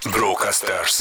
Growcasters.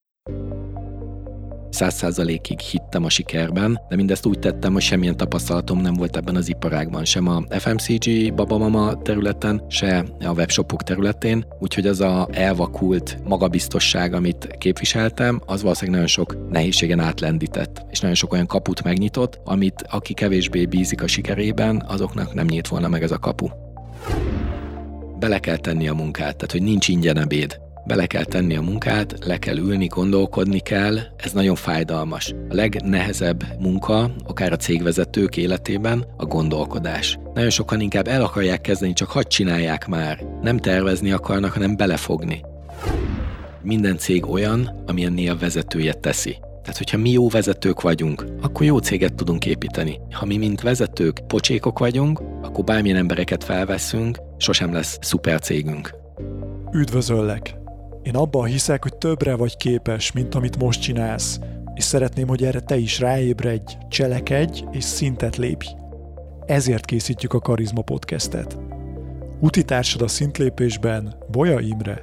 100%-ig hittem a sikerben, de mindezt úgy tettem, hogy semmilyen tapasztalatom nem volt ebben az iparágban, sem a FMCG babamama területen, se a webshopok területén, úgyhogy az a elvakult magabiztosság, amit képviseltem, az valószínűleg nagyon sok nehézségen átlendített, és nagyon sok olyan kaput megnyitott, amit aki kevésbé bízik a sikerében, azoknak nem nyílt volna meg ez a kapu. Bele kell tenni a munkát, tehát hogy nincs ingyen ebéd. Bele kell tenni a munkát, le kell ülni, gondolkodni kell, ez nagyon fájdalmas. A legnehezebb munka, akár a cégvezetők életében, a gondolkodás. Nagyon sokan inkább el akarják kezdeni, csak hadd csinálják már. Nem tervezni akarnak, hanem belefogni. Minden cég olyan, amilyenné a vezetője teszi. Tehát, hogyha mi jó vezetők vagyunk, akkor jó céget tudunk építeni. Ha mi, mint vezetők, pocsékok vagyunk, akkor bármilyen embereket felveszünk, sosem lesz szuper cégünk. Üdvözöllek! Én abban hiszek, hogy többre vagy képes, mint amit most csinálsz, és szeretném, hogy erre te is ráébredj, cselekedj és szintet lépj. Ezért készítjük a Karizma Podcastet. Utitársad a szintlépésben Bolya Imre.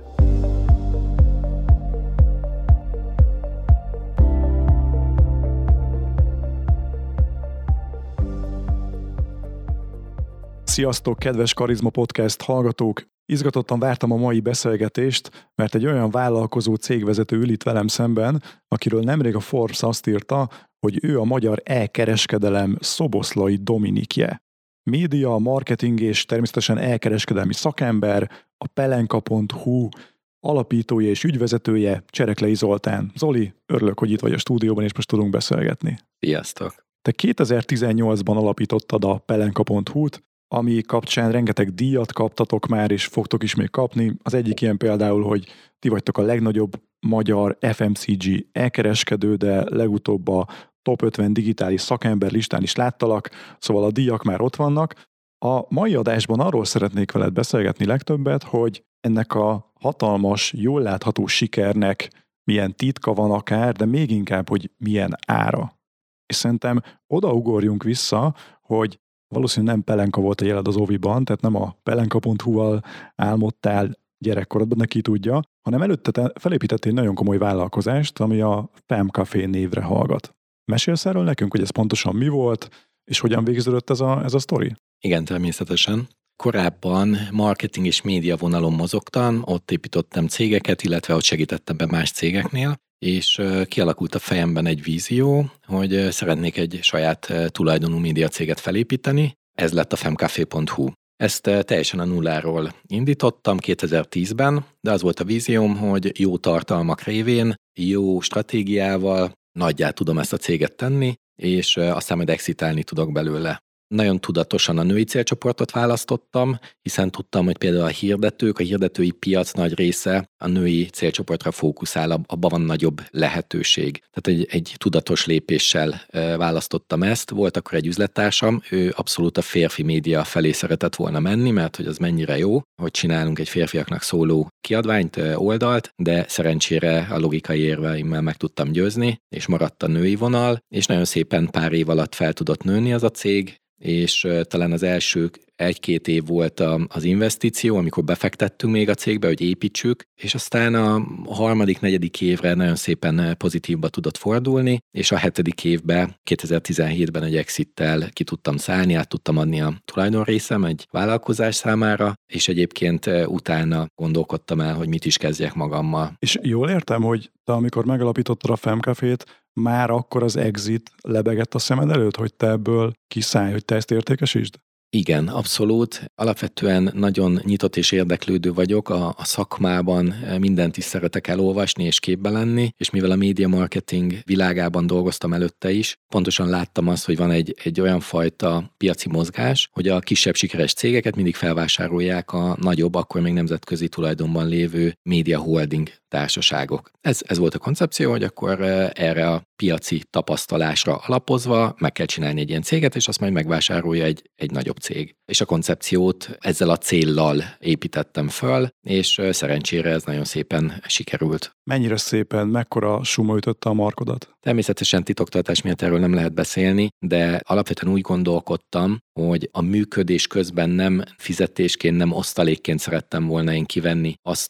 Sziasztok, kedves Karizma Podcast hallgatók! Izgatottan vártam a mai beszélgetést, mert egy olyan vállalkozó cégvezető ül itt velem szemben, akiről nemrég a Forbes azt írta, hogy ő a magyar e-kereskedelem szoboszlai Dominikje. Média, marketing és természetesen e-kereskedelmi szakember, a pelenka.hu alapítója és ügyvezetője Csereklei Zoltán. Zoli, örülök, hogy itt vagy a stúdióban, és most tudunk beszélgetni. Sziasztok! Te 2018-ban alapítottad a pelenka.hu-t, ami kapcsán rengeteg díjat kaptatok már, és fogtok is még kapni. Az egyik ilyen például, hogy ti vagytok a legnagyobb magyar FMCG e-kereskedő, de legutóbb a top 50 digitális szakember listán is láttalak, szóval a díjak már ott vannak. A mai adásban arról szeretnék veled beszélgetni legtöbbet, hogy ennek a hatalmas, jól látható sikernek milyen titka van akár, de még inkább, hogy milyen ára. És szerintem odaugorjunk vissza, hogy valószínűleg nem Pelenka volt a jeled az oviban, tehát nem a pelenka.hu-val álmodtál gyerekkorodban, neki tudja, hanem előtte felépítettél egy nagyon komoly vállalkozást, ami a FemCafé névre hallgat. Mesélsz erről nekünk, hogy ez pontosan mi volt, és hogyan végződött ez a sztori? Igen, természetesen. Korábban marketing és média vonalon mozogtam, ott építettem cégeket, illetve ott segítettem be más cégeknél, és kialakult a fejemben egy vízió, hogy szeretnék egy saját tulajdonú média céget felépíteni, ez lett a femcafé.hu. Ezt teljesen a nulláról indítottam 2010-ben, de az volt a vízióm, hogy jó tartalmak révén, jó stratégiával nagyjá tudom ezt a céget tenni, és aztán majd exitálni tudok belőle. Nagyon tudatosan a női célcsoportot választottam, hiszen tudtam, hogy például a hirdetői piac nagy része a női célcsoportra fókuszál, abban van nagyobb lehetőség. Tehát egy tudatos lépéssel választottam ezt. Volt akkor egy üzlettársam, ő abszolút a férfi média felé szeretett volna menni, mert hogy az mennyire jó, hogy csinálunk egy férfiaknak szóló kiadványt, oldalt, de szerencsére a logikai érveimmel meg tudtam győzni, és maradt a női vonal, és nagyon szépen pár év alatt fel tudott nőni az a cég, és talán az első 1-2 év volt az investíció, amikor befektettünk még a cégbe, hogy építsük, és aztán a 3.-4. évre nagyon szépen pozitívba tudott fordulni, és a 7. évben, 2017-ben egy exittel ki tudtam szállni, át tudtam adni a tulajdonrészem egy vállalkozás számára, és egyébként utána gondolkodtam el, hogy mit is kezdjek magammal. És jól értem, hogy te amikor megalapítottad a FemCafét, már akkor az exit lebegett a szemed előtt, hogy te ebből kiszállj, hogy te ezt értékesítsd? Igen, abszolút. Alapvetően nagyon nyitott és érdeklődő vagyok a szakmában, mindent is szeretek elolvasni és képbe lenni, és mivel a média marketing világában dolgoztam előtte is, pontosan láttam azt, hogy van egy olyan fajta piaci mozgás, hogy a kisebb sikeres cégeket mindig felvásárolják a nagyobb, akkor még nemzetközi tulajdonban lévő média holding társaságok. Ez volt a koncepció, hogy akkor erre a piaci tapasztalásra alapozva meg kell csinálni egy ilyen céget, és azt majd megvásárolja egy nagyobb cég. És a koncepciót ezzel a céllal építettem föl, és szerencsére ez nagyon szépen sikerült. Mennyire szépen, mekkora suma ütötte a markodat? Természetesen titoktartás miatt erről nem lehet beszélni, de alapvetően úgy gondolkodtam, hogy a működés közben nem fizetésként, nem osztalékként szerettem volna én kivenni azt a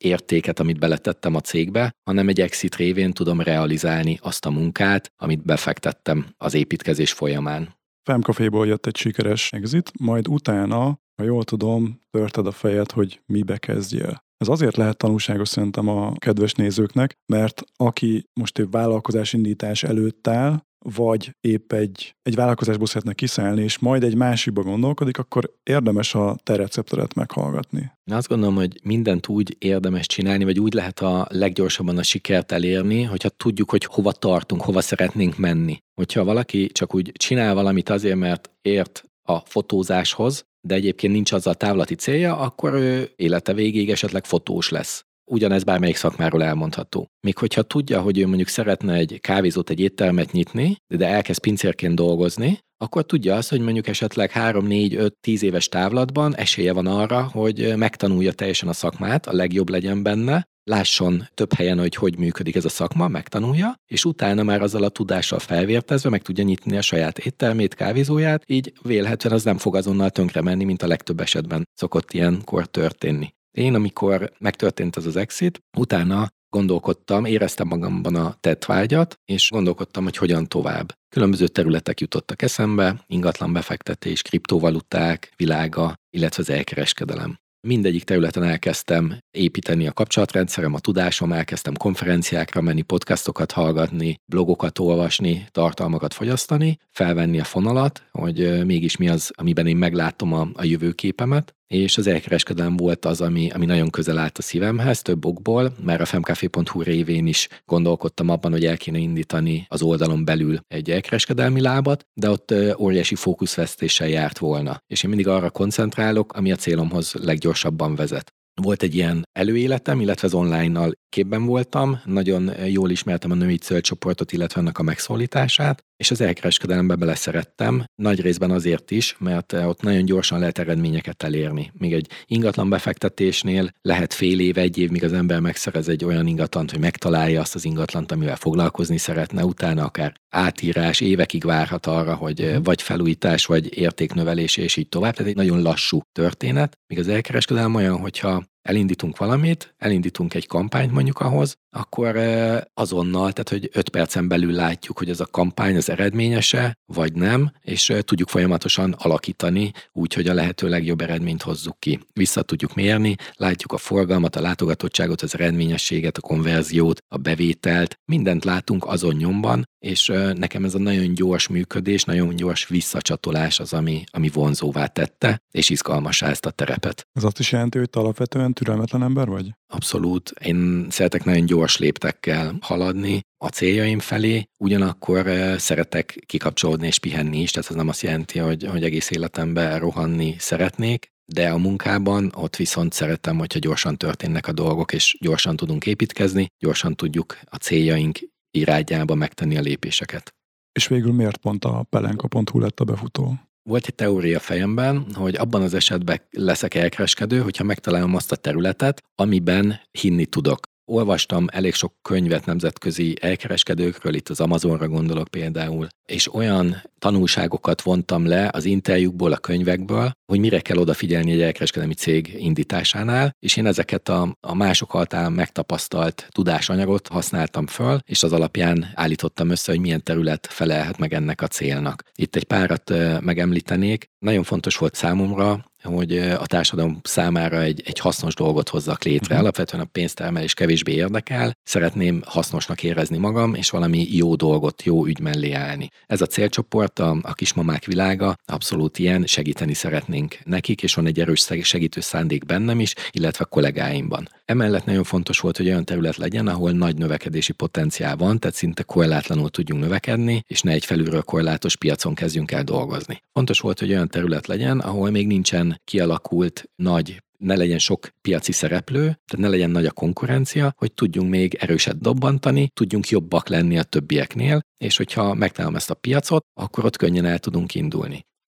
értéket, amit beletettem a cégbe, hanem egy exit révén tudom realizálni azt a munkát, amit befektettem az építkezés folyamán. Femcaféból jött egy sikeres exit, majd utána, ha jól tudom, törted a fejed, hogy mibe kezdjél. Ez azért lehet tanulságos szerintem a kedves nézőknek, mert aki most épp vállalkozásindítás előtt áll, vagy épp egy vállalkozásból szeretne kiszállni, és majd egy másikba gondolkodik, akkor érdemes a te receptorat meghallgatni. Én azt gondolom, hogy mindent úgy érdemes csinálni, vagy úgy lehet a leggyorsabban a sikert elérni, hogyha tudjuk, hogy hova tartunk, hova szeretnénk menni. Hogyha valaki csak úgy csinál valamit azért, mert ért a fotózáshoz, de egyébként nincs azzal távlati célja, akkor ő élete végéig esetleg fotós lesz. Ugyanez bármelyik szakmáról elmondható. Még hogyha tudja, hogy ő mondjuk szeretne egy kávézót, egy éttermet nyitni, de elkezd pincérként dolgozni, akkor tudja azt, hogy mondjuk esetleg 3, 4, 5, 10 éves távlatban esélye van arra, hogy megtanulja teljesen a szakmát, a legjobb legyen benne, lásson több helyen, hogy működik ez a szakma, megtanulja, és utána már azzal a tudással felvértezve meg tudja nyitni a saját éttermét, kávézóját, így vélhetően az nem fog azonnal tönkre menni, mint a legtöbb esetben szokott ilyenkor történni. Én, amikor megtörtént ez az exit, utána gondolkodtam, éreztem magamban a tettvágyat, és gondolkodtam, hogy hogyan tovább. Különböző területek jutottak eszembe, ingatlan befektetés, kriptovaluták világa, illetve az elkereskedelem. Mindegyik területen elkezdtem építeni a kapcsolatrendszerem, a tudásom, elkezdtem konferenciákra menni, podcastokat hallgatni, blogokat olvasni, tartalmakat fogyasztani, felvenni a fonalat, hogy mégis mi az, amiben én meglátom a jövőképemet, és az elkereskedelem volt az, ami nagyon közel állt a szívemhez, több okból, mert a femcafé.hu révén is gondolkodtam abban, hogy el kéne indítani az oldalon belül egy elkereskedelmi lábat, de ott óriási fókuszvesztéssel járt volna. És én mindig arra koncentrálok, ami a célomhoz leggyorsabban vezet. Volt egy ilyen előéletem, illetve az online-nal képben voltam, nagyon jól ismertem a női célcsoportot, illetve annak a megszólítását, és az elkereskedelembe beleszerettem, nagy részben azért is, mert ott nagyon gyorsan lehet eredményeket elérni. Még egy ingatlan befektetésnél lehet fél év, egy év, míg az ember megszerez egy olyan ingatlant, hogy megtalálja azt az ingatlant, amivel foglalkozni szeretne, utána akár átírás, évekig várhat arra, hogy vagy felújítás, vagy értéknövelés, és így tovább. Tehát egy nagyon lassú történet, míg az elkereskedelem olyan, hogyha elindítunk valamit, elindítunk egy kampányt mondjuk ahhoz, akkor azonnal, tehát hogy 5 percen belül látjuk, hogy ez a kampány az eredményese, vagy nem, és tudjuk folyamatosan alakítani úgy, hogy a lehető legjobb eredményt hozzuk ki. Vissza tudjuk mérni, látjuk a forgalmat, a látogatottságot, az eredményességet, a konverziót, a bevételt, mindent látunk azon nyomban, és nekem ez a nagyon gyors működés, nagyon gyors visszacsatolás az, ami vonzóvá tette, és izgalmassá ezt a terepet. Ez azt is jelenti, hogy te alapvetően türelmetlen ember vagy? Abszolút. Én szeretek nagyon gyors léptekkel haladni a céljaim felé, ugyanakkor szeretek kikapcsolódni és pihenni is, tehát ez nem azt jelenti, hogy egész életemben rohanni szeretnék, de a munkában ott viszont szeretem, hogyha gyorsan történnek a dolgok, és gyorsan tudunk építkezni, gyorsan tudjuk a céljaink irányába megtenni a lépéseket. És végül miért pont a pelenka.hu lett a befutó? Volt egy teória fejemben, hogy abban az esetben leszek elkereskedő, hogyha megtalálom azt a területet, amiben hinni tudok. Olvastam elég sok könyvet nemzetközi elkereskedőkről, itt az Amazonra gondolok például, és olyan tanulságokat vontam le az interjúkból, a könyvekből, hogy mire kell odafigyelni egy elkereskedelmi cég indításánál, és én ezeket a mások által megtapasztalt tudásanyagot használtam föl, és az alapján állítottam össze, hogy milyen terület felelhet meg ennek a célnak. Itt egy párat megemlítenék. Nagyon fontos volt számomra, hogy a társadalom számára egy hasznos dolgot hozzak létre. Alapvetően a pénztermelés kevésbé érdekel, szeretném hasznosnak érezni magam, és valami jó dolgot, jó ügy mellé állni. Ez a célcsoport, a kismamák világa, abszolút ilyen, segíteni szeretnénk nekik, és van egy erős segítő szándék bennem is, illetve a kollégáimban. Emellett nagyon fontos volt, hogy olyan terület legyen, ahol nagy növekedési potenciál van, tehát szinte korlátlanul tudjunk növekedni, és ne egy felülről korlátos piacon kezdjünk el dolgozni. Fontos volt, hogy olyan terület legyen, ahol még nincsen kialakult ne legyen sok piaci szereplő, tehát ne legyen nagy a konkurencia, hogy tudjunk még erőset dobbantani, tudjunk jobbak lenni a többieknél, és hogyha megtalálom ezt a piacot, akkor ott könnyen el tudunk indulni.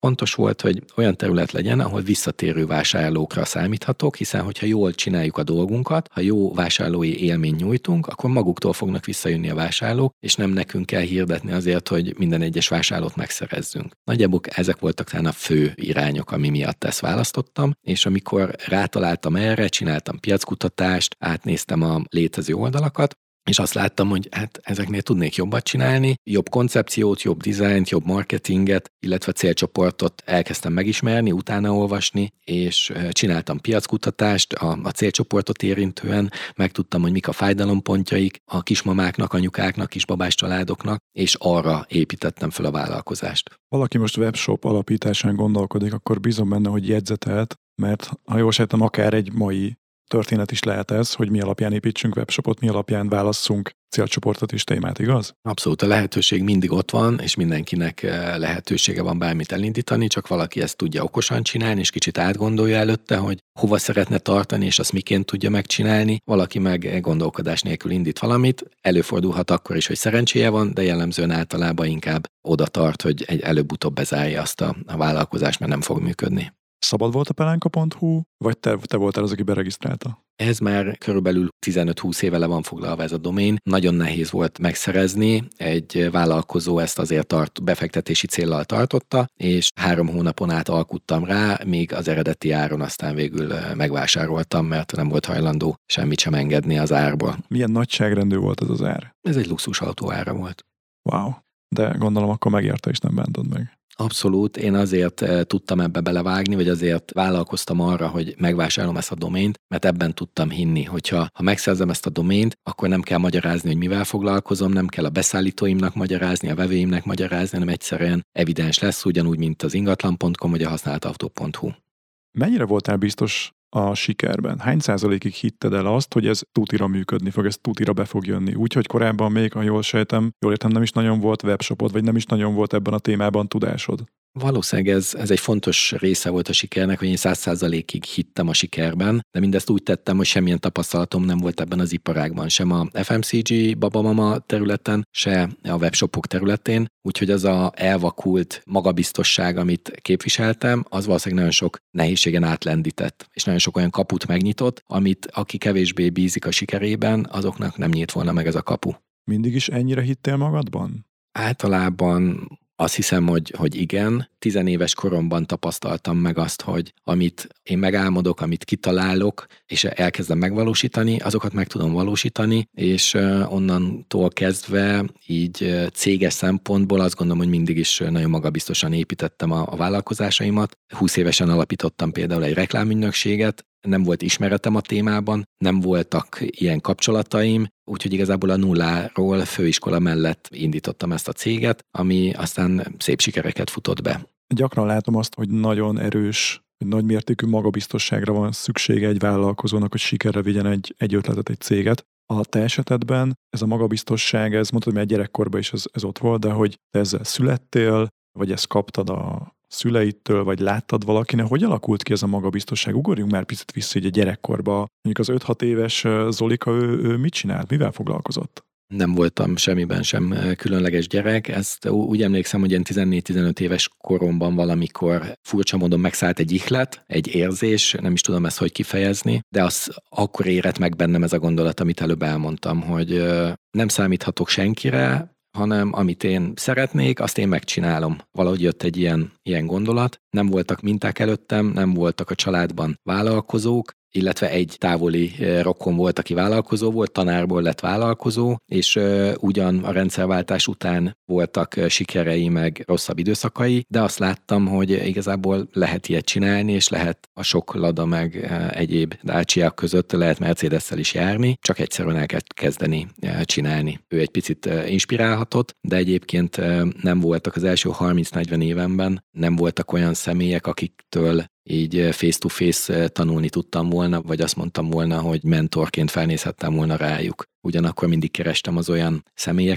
Fontos volt, hogy olyan terület legyen, ahol visszatérő vásárlókra számíthatok, hiszen hogyha jól csináljuk a dolgunkat, ha jó vásárlói élményt nyújtunk, akkor maguktól fognak visszajönni a vásárlók, és nem nekünk kell hirdetni azért, hogy minden egyes vásárlót megszerezzünk. Nagyjából ezek voltak talán a fő irányok, ami miatt ezt választottam, és amikor rátaláltam erre, csináltam piackutatást, átnéztem a létező oldalakat, és azt láttam, hogy hát ezeknél tudnék jobbat csinálni, jobb koncepciót, jobb dizájnt, jobb marketinget, illetve célcsoportot elkezdtem megismerni, utána olvasni, és csináltam piackutatást a célcsoportot érintően, megtudtam, hogy mik a fájdalompontjaik a kismamáknak, anyukáknak, kisbabás családoknak, és arra építettem fel a vállalkozást. Valaki most webshop alapításán gondolkodik, akkor bízom benne, hogy jegyzetelt, mert ha jól sejtem, akár egy mai történet is lehet ez, hogy mi alapján építsünk webshopot, mi alapján válasszunk célcsoportot és témát, igaz? Abszolút, a lehetőség mindig ott van, és mindenkinek lehetősége van bármit elindítani, csak valaki ezt tudja okosan csinálni, és kicsit átgondolja előtte, hogy hova szeretne tartani, és azt miként tudja megcsinálni. Valaki meg gondolkodás nélkül indít valamit, előfordulhat akkor is, hogy szerencséje van, de jellemzően általában inkább oda tart, hogy egy előbb-utóbb bezárja azt a vállalkozást, mert nem fog működni. Szabad volt a pelenka.hu, vagy te voltál az, aki beregisztrálta? Ez már körülbelül 15-20 éve le van foglalva ez a domén. Nagyon nehéz volt megszerezni. Egy vállalkozó ezt azért befektetési céllal tartotta, és 3 hónapon át alkuttam rá, míg az eredeti áron aztán végül megvásároltam, mert nem volt hajlandó semmit sem engedni az árból. Milyen nagyságrendű volt ez az ár? Ez egy luxusautó ára volt. Wow, de gondolom akkor megérte és nem bántod meg. Abszolút, én azért tudtam ebbe belevágni, vagy azért vállalkoztam arra, hogy megvásárolom ezt a domént, mert ebben tudtam hinni, hogyha megszerzem ezt a domént, akkor nem kell magyarázni, hogy mivel foglalkozom, nem kell a beszállítóimnak magyarázni, a vevőimnek magyarázni, hanem egyszerűen evidens lesz, ugyanúgy, mint az ingatlan.com vagy a használtautó.hu. Mennyire voltál biztos a sikerben? Hány százalékig hitted el azt, hogy ez tutira működni fog, ez tutira be fog jönni? Úgyhogy korábban még, ha jól sejtem, jól értem, nem is nagyon volt webshopod, vagy nem is nagyon volt ebben a témában tudásod? Valószínűleg ez egy fontos része volt a sikernek, hogy én 100%-ig hittem a sikerben, de mindezt úgy tettem, hogy semmilyen tapasztalatom nem volt ebben az iparágban, sem a FMCG babamama területen, se a webshopok területén, úgyhogy az a elvakult magabiztosság, amit képviseltem, az valószínűleg nagyon sok nehézségen átlendített, és nagyon sok olyan kaput megnyitott, amit aki kevésbé bízik a sikerében, azoknak nem nyílt volna meg ez a kapu. Mindig is ennyire hittél magadban? Általában azt hiszem, hogy igen. 10 éves koromban tapasztaltam meg azt, hogy amit én megálmodok, amit kitalálok, és elkezdem megvalósítani, azokat meg tudom valósítani, és onnantól kezdve így céges szempontból azt gondolom, hogy mindig is nagyon magabiztosan építettem a vállalkozásaimat. 20 évesen alapítottam például egy reklámügynökséget, nem volt ismeretem a témában, nem voltak ilyen kapcsolataim, úgyhogy igazából a nulláról főiskola mellett indítottam ezt a céget, ami aztán szép sikereket futott be. Gyakran látom azt, hogy nagyon erős, hogy nagymértékű magabiztosságra van szüksége egy vállalkozónak, hogy sikerre vigyen egy ötletet, egy céget. A te esetedben ez a magabiztosság, ez mondtad, hogy már gyerekkorban is ez ott volt, de hogy te ezzel születtél, vagy ezt kaptad a szüleitől, vagy láttad valakinek, hogy alakult ki ez a magabiztosság? Ugorjunk már picit vissza így a gyerekkorba. Mondjuk az 5-6 éves Zolika, ő mit csinált? Mivel foglalkozott? Nem voltam semmiben sem különleges gyerek. Ezt úgy emlékszem, hogy ilyen 14-15 éves koromban valamikor furcsa módon megszállt egy ihlet, egy érzés, nem is tudom ezt hogy kifejezni, de az akkor érett meg bennem ez a gondolat, amit előbb elmondtam, hogy nem számíthatok senkire, hanem amit én szeretnék, azt én megcsinálom. Valahogy jött egy ilyen gondolat. Nem voltak minták előttem, nem voltak a családban vállalkozók, illetve egy távoli rokon volt, aki vállalkozó volt, tanárból lett vállalkozó, és ugyan a rendszerváltás után voltak sikerei, meg rosszabb időszakai, de azt láttam, hogy igazából lehet ilyet csinálni, és lehet a sok Lada meg egyéb Dacia között lehet Mercedes-szel is járni, csak egyszerűen el kell kezdeni csinálni. Ő egy picit inspirálhatott, de egyébként nem voltak az első 30-40 évenben, nem voltak olyan személyek, akiktől így face-to-face tanulni tudtam volna, vagy azt mondtam volna, hogy mentorként felnézhettem volna rájuk. Ugyanakkor mindig kerestem az olyan személyeket,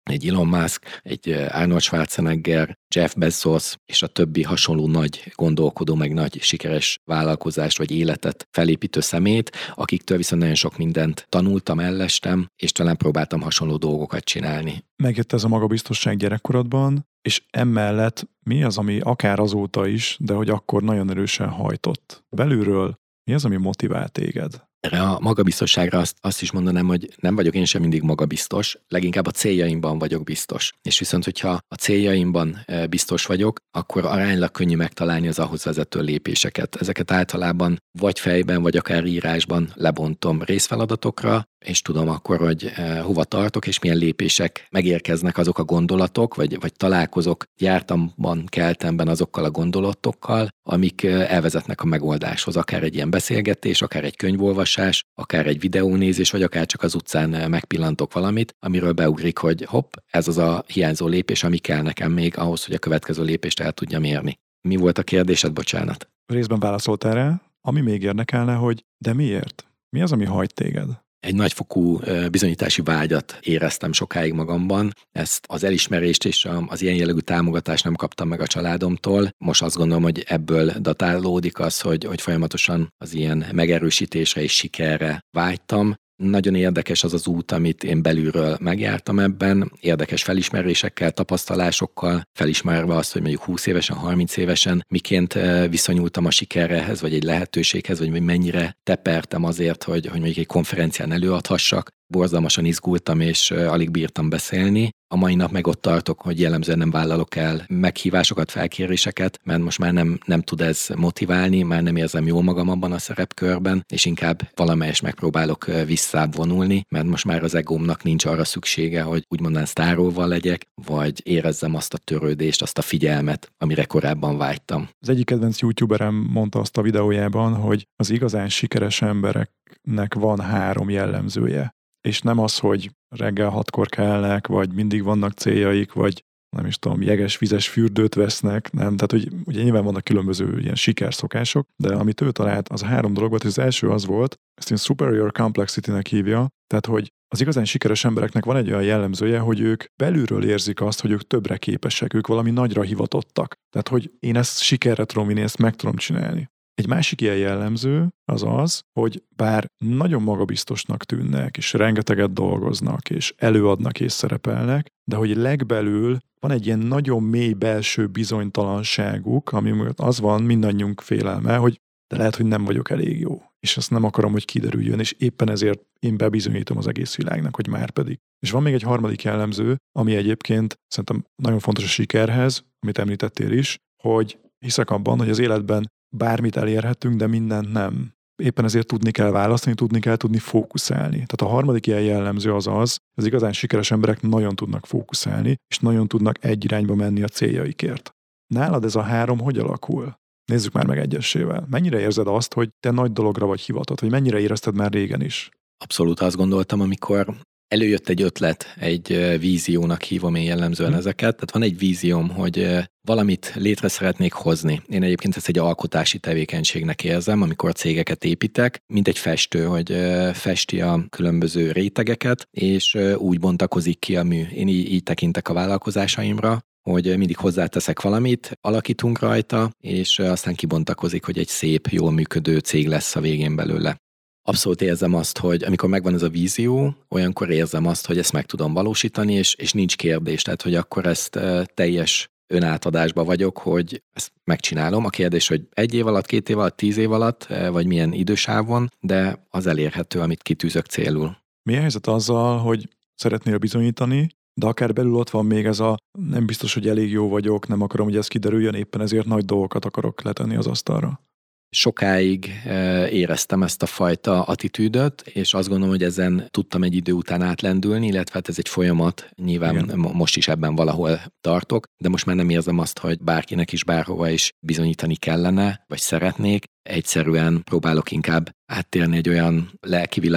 egy Elon Musk, egy Arnold Schwarzenegger, Jeff Bezos és a többi hasonló nagy gondolkodó, meg nagy sikeres vállalkozást vagy életet felépítő szemét, akiktől viszont nagyon sok mindent tanultam, ellestem, és talán próbáltam hasonló dolgokat csinálni. Megjött ez a magabiztosság gyerekkorodban, és emellett mi az, ami akár azóta is, de hogy akkor nagyon erősen hajtott? Belülről mi az, ami motivál téged? Erre a magabiztosságra azt is mondanám, hogy nem vagyok én sem mindig magabiztos, leginkább a céljaimban vagyok biztos. És viszont, hogyha a céljaimban biztos vagyok, akkor aránylag könnyű megtalálni az ahhoz vezető lépéseket. Ezeket általában vagy fejben, vagy akár írásban lebontom részfeladatokra, és tudom akkor, hogy hova tartok, és milyen lépések megérkeznek azok a gondolatok, vagy találkozok jártamban, keltemben azokkal a gondolatokkal, amik elvezetnek a megoldáshoz. Akár egy ilyen beszélgetés, akár egy könyvolvasás, akár egy videónézés, vagy akár csak az utcán megpillantok valamit, amiről beugrik, hogy hopp, ez az a hiányzó lépés, ami kell nekem még ahhoz, hogy a következő lépést el tudjam érni. Mi volt a kérdésed, bocsánat? Részben válaszoltál rá, ami még érdekelne, hogy de miért? Mi az, ami hajt téged? Egy nagyfokú bizonyítási vágyat éreztem sokáig magamban. Ezt az elismerést és az ilyen jellegű támogatást nem kaptam meg a családomtól. Most azt gondolom, hogy ebből datálódik az, hogy folyamatosan az ilyen megerősítésre és sikerre vágytam. Nagyon érdekes az az út, amit én belülről megjártam ebben, érdekes felismerésekkel, tapasztalásokkal, felismerve azt, hogy mondjuk 20 évesen, 30 évesen miként viszonyultam a sikerhez, vagy egy lehetőséghez, vagy mennyire tepertem azért, hogy mondjuk egy konferencián előadhassak. Borzalmasan izgultam, és alig bírtam beszélni. A mai nap meg ott tartok, hogy jellemzően nem vállalok el meghívásokat, felkéréseket, mert most már nem tud ez motiválni, már nem érzem jól magam abban a szerepkörben, és inkább valamelyest megpróbálok visszább vonulni, mert most már az egómnak nincs arra szüksége, hogy úgymond sztárolva legyek, vagy érezzem azt a törődést, azt a figyelmet, amire korábban vágytam. Az egyik kedvenc youtuberem mondta azt a videójában, hogy az igazán sikeres embereknek van 3 jellemzője. És nem az, hogy reggel 6-kor kelnek, vagy mindig vannak céljaik, vagy nem is tudom, jeges-vizes fürdőt vesznek, nem? Tehát, hogy ugye nyilván vannak különböző ilyen sikerszokások, de amit ő talált, az 3 dolog volt, és az első az volt, ezt én superior complexity-nek hívja, tehát, hogy az igazán sikeres embereknek van egy olyan jellemzője, hogy ők belülről érzik azt, hogy ők többre képesek, ők valami nagyra hivatottak. Tehát, hogy én ezt sikerre tudom vinni, ezt meg tudom csinálni. Egy másik ilyen jellemző az az, hogy bár nagyon magabiztosnak tűnnek, és rengeteget dolgoznak, és előadnak és szerepelnek, de hogy legbelül van egy ilyen nagyon mély belső bizonytalanságuk, ami az van mindannyiunk félelme, hogy de lehet, hogy nem vagyok elég jó, és ezt nem akarom, hogy kiderüljön, és éppen ezért én bebizonyítom az egész világnak, hogy már pedig. És van még egy harmadik jellemző, ami egyébként szerintem nagyon fontos a sikerhez, amit említettél is, hogy hiszek abban, hogy az életben bármit elérhetünk, de mindent nem. Éppen ezért tudni kell választani, tudni fókuszálni. Tehát a harmadik ilyen jellemző az igazán sikeres emberek nagyon tudnak fókuszálni, és nagyon tudnak egy irányba menni a céljaikért. Nálad ez a 3 hogy alakul? Nézzük már meg egyesével. Mennyire érzed azt, hogy te nagy dologra vagy hivatott, vagy mennyire érezted már régen is? Abszolút azt gondoltam, amikor előjött egy ötlet, egy víziónak hívom én jellemzően ezeket. Tehát van egy vízióm, hogy valamit létre szeretnék hozni. Én egyébként ezt egy alkotási tevékenységnek érzem, amikor cégeket építek, mint egy festő, hogy festi a különböző rétegeket, és úgy bontakozik ki a mű. Én így tekintek a vállalkozásaimra, hogy mindig hozzáteszek valamit, alakítunk rajta, és aztán kibontakozik, hogy egy szép, jól működő cég lesz a végén belőle. Abszolút érzem azt, hogy amikor megvan ez a vízió, olyankor érzem azt, hogy ezt meg tudom valósítani, és nincs kérdés. Tehát, hogy akkor ezt teljes önátadásba vagyok, hogy ezt megcsinálom. A kérdés, hogy 1 év alatt, 2 év alatt, 10 év alatt, vagy milyen idősávon, de az elérhető, amit kitűzök célul. Mi a helyzet azzal, hogy szeretnél bizonyítani, de akár belül ott van még ez a nem biztos, hogy elég jó vagyok, nem akarom, hogy ez kiderüljön, éppen ezért nagy dolgokat akarok letenni az asztalra? Sokáig éreztem ezt a fajta attitűdöt, és azt gondolom, hogy ezen tudtam egy idő után átlendülni, illetve hát ez egy folyamat, nyilván igen. Most is ebben valahol tartok, de most már nem érzem azt, hogy bárkinek is bárhova is bizonyítani kellene, vagy szeretnék. Egyszerűen próbálok inkább áttérni egy olyan lelkivilág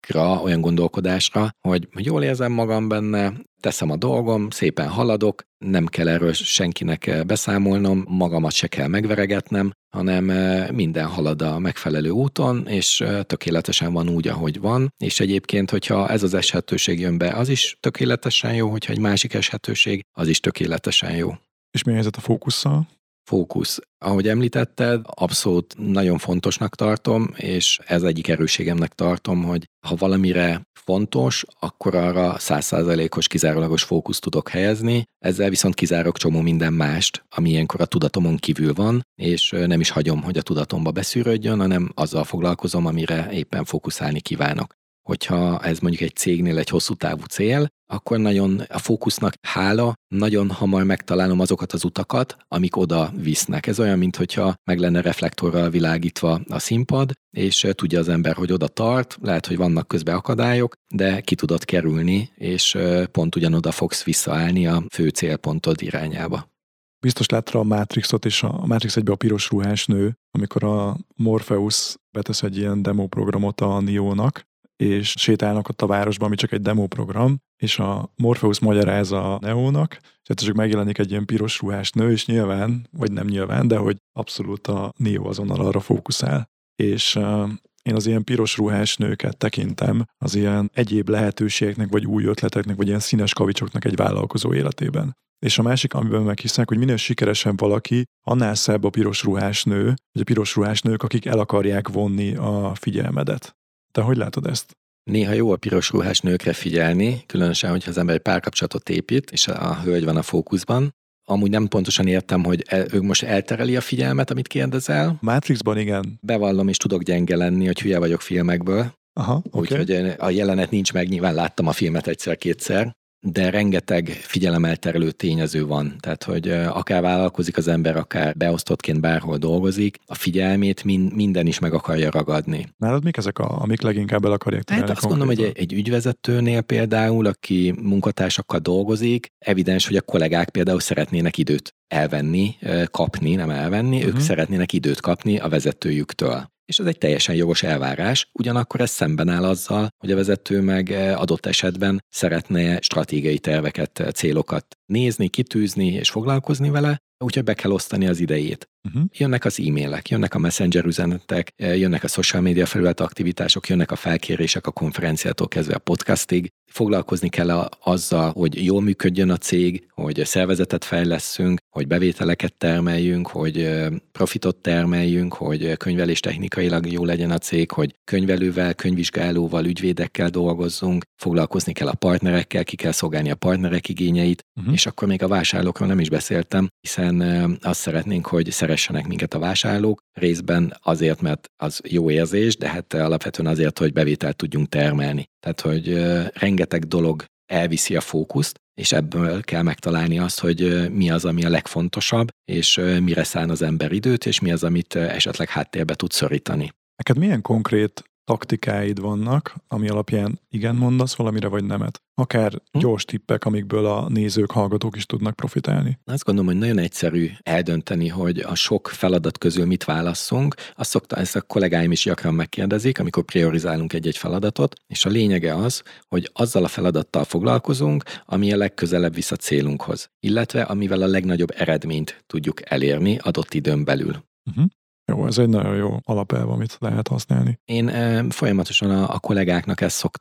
dolgokra, olyan gondolkodásra, hogy jól érzem magam benne, teszem a dolgom, szépen haladok, nem kell erről senkinek beszámolnom, magamat se kell megveregetnem, hanem minden halad a megfelelő úton, és tökéletesen van úgy, ahogy van, és egyébként, hogyha ez az eshetőség jön be, az is tökéletesen jó, hogyha egy másik eshetőség, az is tökéletesen jó. És mi a helyzet a fókusszal? Fókusz. Ahogy említetted, abszolút nagyon fontosnak tartom, és ez egyik erősségemnek tartom, hogy ha valamire fontos, akkor arra 100%-os kizárólagos fókuszt tudok helyezni, ezzel viszont kizárok csomó minden mást, ami ilyenkor a tudatomon kívül van, és nem is hagyom, hogy a tudatomba beszűrődjön, hanem azzal foglalkozom, amire éppen fókuszálni kívánok. Hogyha ez mondjuk egy cégnél egy hosszú távú cél, akkor nagyon a fókusznak hála, nagyon hamar megtalálom azokat az utakat, amik oda visznek. Ez olyan, mintha meg lenne reflektorral világítva a színpad, és tudja az ember, hogy oda tart, lehet, hogy vannak közben akadályok, de ki tudod kerülni, és pont ugyanoda fogsz visszaállni a fő célpontod irányába. Biztos látta a Matrixot, és a Matrix egyben a piros ruhás nő, amikor a Morpheus betesz egy ilyen demoprogramot a Neónak, és sétálnak ott a városban, ami csak egy demoprogram, és a Morpheus magyarázza a Neónak, és csak megjelenik egy ilyen piros ruhás nő, és nyilván, vagy nem nyilván, de hogy abszolút a Neo azonnal arra fókuszál. És én az ilyen piros ruhás nőket tekintem az ilyen egyéb lehetőségeknek, vagy új ötleteknek, vagy ilyen színes kavicsoknak egy vállalkozó életében. És a másik, amiben meghisznek, hogy minél sikeresebb valaki, annál szebb a piros ruhás nő, vagy a piros ruhás nők, akik el akarják vonni a figyelmedet. Te hogy látod ezt? Néha jó a piros ruhás nőkre figyelni, különösen, hogyha az ember egy párkapcsolatot épít, és a hölgy van a fókuszban. Amúgy nem pontosan értem, hogy ő most eltereli a figyelmet, amit kérdezel. Matrixban igen. Bevallom, és tudok gyenge lenni, hogy hülye vagyok filmekből. Aha, okay. Úgyhogy a jelenet nincs meg, nyilván láttam a filmet egyszer-kétszer, de rengeteg figyelemelterelő tényező van. Tehát, hogy akár vállalkozik az ember, akár beosztottként bárhol dolgozik, a figyelmét minden is meg akarja ragadni. Nálad mik ezek, amik leginkább el akarják terelni? Hát azt gondolom, hogy egy ügyvezetőnél például, aki munkatársakkal dolgozik, evidens, hogy a kollégák például szeretnének időt elvenni, kapni, nem elvenni, ők szeretnének időt kapni a vezetőjüktől. És ez egy teljesen jogos elvárás, ugyanakkor ez szemben áll azzal, hogy a vezető meg adott esetben szeretne stratégiai terveket, célokat nézni, kitűzni és foglalkozni vele, úgyhogy be kell osztani az idejét. Jönnek az e-mailek, jönnek a messenger üzenetek, jönnek a social media felület aktivitások, jönnek a felkérések a konferenciától kezdve a podcastig. Foglalkozni kell azzal, hogy jól működjön a cég, hogy szervezetet fejlesszünk, hogy bevételeket termeljünk, hogy profitot termeljünk, hogy könyvelés technikailag jó legyen a cég, hogy könyvelővel, könyvvizsgálóval, ügyvédekkel dolgozzunk, foglalkozni kell a partnerekkel, ki kell szolgálni a partnerek igényeit, és akkor még a vásárlókról nem is beszéltem, hiszen azt szeretnénk, hogy szeressenek minket a vásárlók, részben azért, mert az jó érzés, de hát alapvetően azért, hogy bevételt tudjunk termelni. Tehát, hogy rengeteg dolog elviszi a fókuszt, és ebből kell megtalálni azt, hogy mi az, ami a legfontosabb, és mire szán az ember időt, és mi az, amit esetleg háttérbe tud szorítani. Neked milyen konkrét taktikáid vannak, ami alapján igen mondasz valamire, vagy nemet? Akár gyors tippek, amikből a nézők, hallgatók is tudnak profitálni. Azt gondolom, hogy nagyon egyszerű eldönteni, hogy a sok feladat közül mit válasszunk. Ezt a kollégáim is gyakran megkérdezik, amikor priorizálunk egy-egy feladatot, és a lényege az, hogy azzal a feladattal foglalkozunk, ami a legközelebb visz a célunkhoz, illetve amivel a legnagyobb eredményt tudjuk elérni adott időn belül. Jó, ez egy nagyon jó alapelv, amit lehet használni. Én folyamatosan a kollégáknak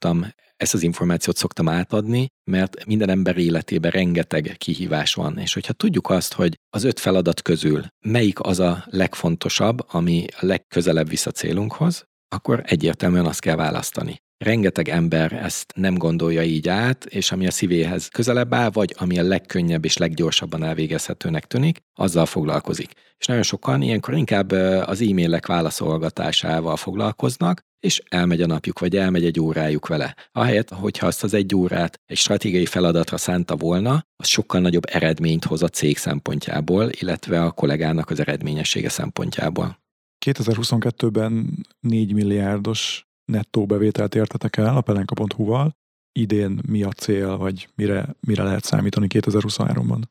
ezt az információt szoktam átadni, mert minden ember életében rengeteg kihívás van, és hogyha tudjuk azt, hogy az 5 feladat közül melyik az a legfontosabb, ami a legközelebb visz a célunkhoz, akkor egyértelműen azt kell választani. Rengeteg ember ezt nem gondolja így át, és ami a szívéhez közelebb áll, vagy ami a legkönnyebb és leggyorsabban elvégezhetőnek tűnik, azzal foglalkozik. És nagyon sokan ilyenkor inkább az e-mailek válaszolgatásával foglalkoznak, és elmegy a napjuk, vagy elmegy egy órájuk vele. Ahelyett, hogyha azt az 1 órát egy stratégiai feladatra szánta volna, az sokkal nagyobb eredményt hoz a cég szempontjából, illetve a kollégának az eredményessége szempontjából. 2022-ben 4 milliárdos nettó bevételt értetek el a pelenka.hu-val. Idén mi a cél, vagy mire lehet számítani 2023-ban?